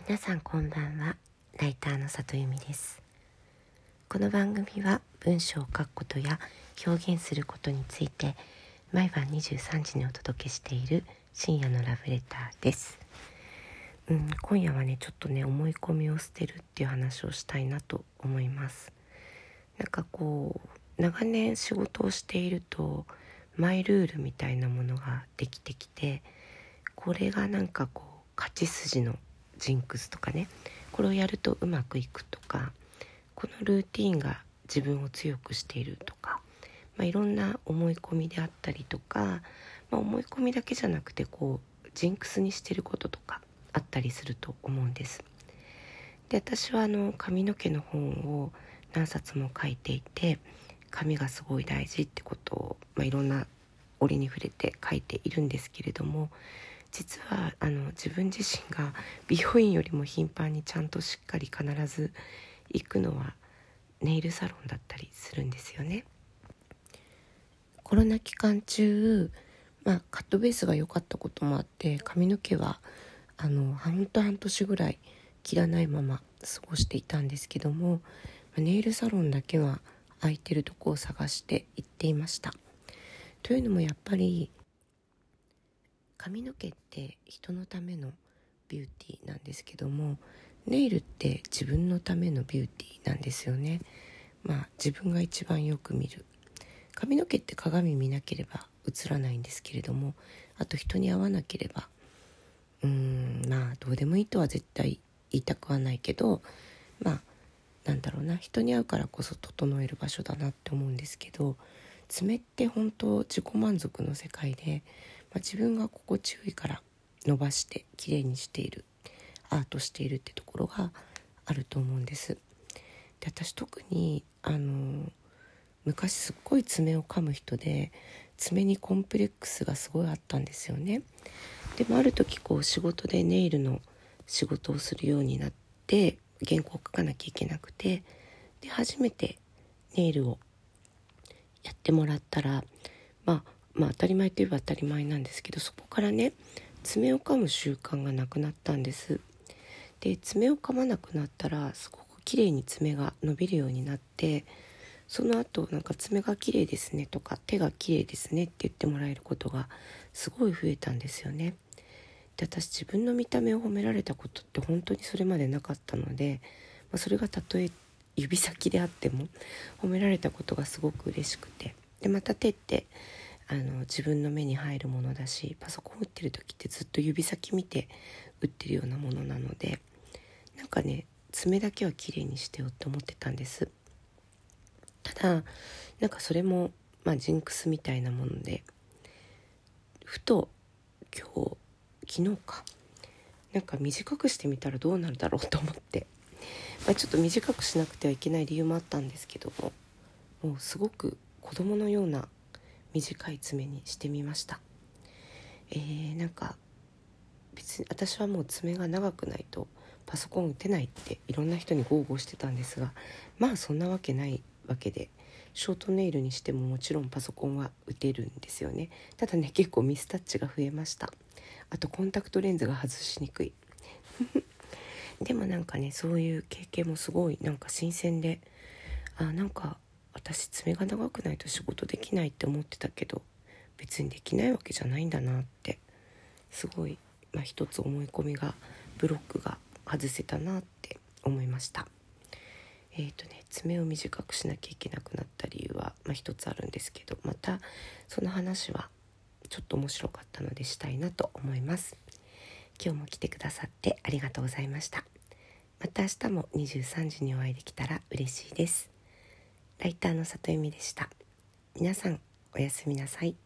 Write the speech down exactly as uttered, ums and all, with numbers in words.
皆さんこんばんは。ライターの里由美です。この番組は文章を書くことや表現することについて毎晩にじゅうさんじにお届けしている深夜のラブレターです。うん、今夜はねちょっとね思い込みを捨てるっていう話をしたいなと思います。なんかこう長年仕事をしているとマイルールみたいなものができてきて、これがなんかこう勝ち筋のジンクスとかね、これをやるとうまくいくとか、このルーティーンが自分を強くしているとか、まあ、いろんな思い込みであったりとか、まあ、思い込みだけじゃなくてこうジンクスにしていることとかあったりすると思うんです。で、私はあの髪の毛の本を何冊も書いていて、髪がすごい大事ってことを、まあ、いろんな折に触れて書いているんですけれども、実はあの自分自身が美容院よりも頻繁にちゃんとしっかり必ず行くのはネイルサロンだったりするんですよね。コロナ期間中、まあ、カットベースが良かったこともあって髪の毛はあの半と半年ぐらい切らないまま過ごしていたんですけども、ネイルサロンだけは空いてるとこを探して行っていました。というのもやっぱり髪の毛って人のためのビューティーなんですけども、ネイルって自分のためのビューティーなんですよね。まあ自分が一番よく見る。髪の毛って鏡見なければ映らないんですけれども、あと人に会わなければうーんまあどうでもいいとは絶対言いたくはないけど、まあなんだろうな、人に会うからこそ整える場所だなって思うんですけど、爪って本当自己満足の世界で、まあ、自分が心地よいから伸ばしてきれいにしている、アートしているってところがあると思うんです。で、私特にあの昔すっごい爪を噛む人で、爪にコンプレックスがすごいあったんですよね。でもある時こう仕事でネイルの仕事をするようになって、原稿を書かなきゃいけなくて、で初めてネイルをやってもらったら、まあまあ当たり前といえば当たり前なんですけど、そこからね爪を噛む習慣がなくなったんです。で、爪を噛まなくなったらすごく綺麗に爪が伸びるようになって、その後なんか爪が綺麗ですねとか手が綺麗ですねって言ってもらえることがすごい増えたんですよね。で、私自分の見た目を褒められたことって本当にそれまでなかったので、まあ、それがたとえ指先であっても褒められたことがすごく嬉しくて、でまた手ってあの自分の目に入るものだし、パソコン打ってる時ってずっと指先見て打ってるようなものなので、なんかね爪だけは綺麗にしてよって思ってたんです。ただなんかそれもまあジンクスみたいなもので、ふと今日昨日かなんか短くしてみたらどうなるだろうと思って、まあ、ちょっと短くしなくてはいけない理由もあったんですけども、もうすごく子供のような短い爪にしてみました。えー、なんか別に私はもう爪が長くないとパソコン打てないっていろんな人に豪語してたんですが、まあそんなわけないわけで、ショートネイルにしてももちろんパソコンは打てるんですよね。ただね結構ミスタッチが増えました。あとコンタクトレンズが外しにくいでもなんかねそういう経験もすごいなんか新鮮で、あなんか私爪が長くないと仕事できないって思ってたけど別にできないわけじゃないんだなって、すごい、まあ、一つ思い込みがブロックが外せたなって思いました。えーとね爪を短くしなきゃいけなくなった理由は、まあ、一つあるんですけど、またその話はちょっと面白かったのでしたいなと思います。今日も来てくださってありがとうございました。また明日もにじゅうさんじにお会いできたら嬉しいです。ライターの里由美でした。皆さんおやすみなさい。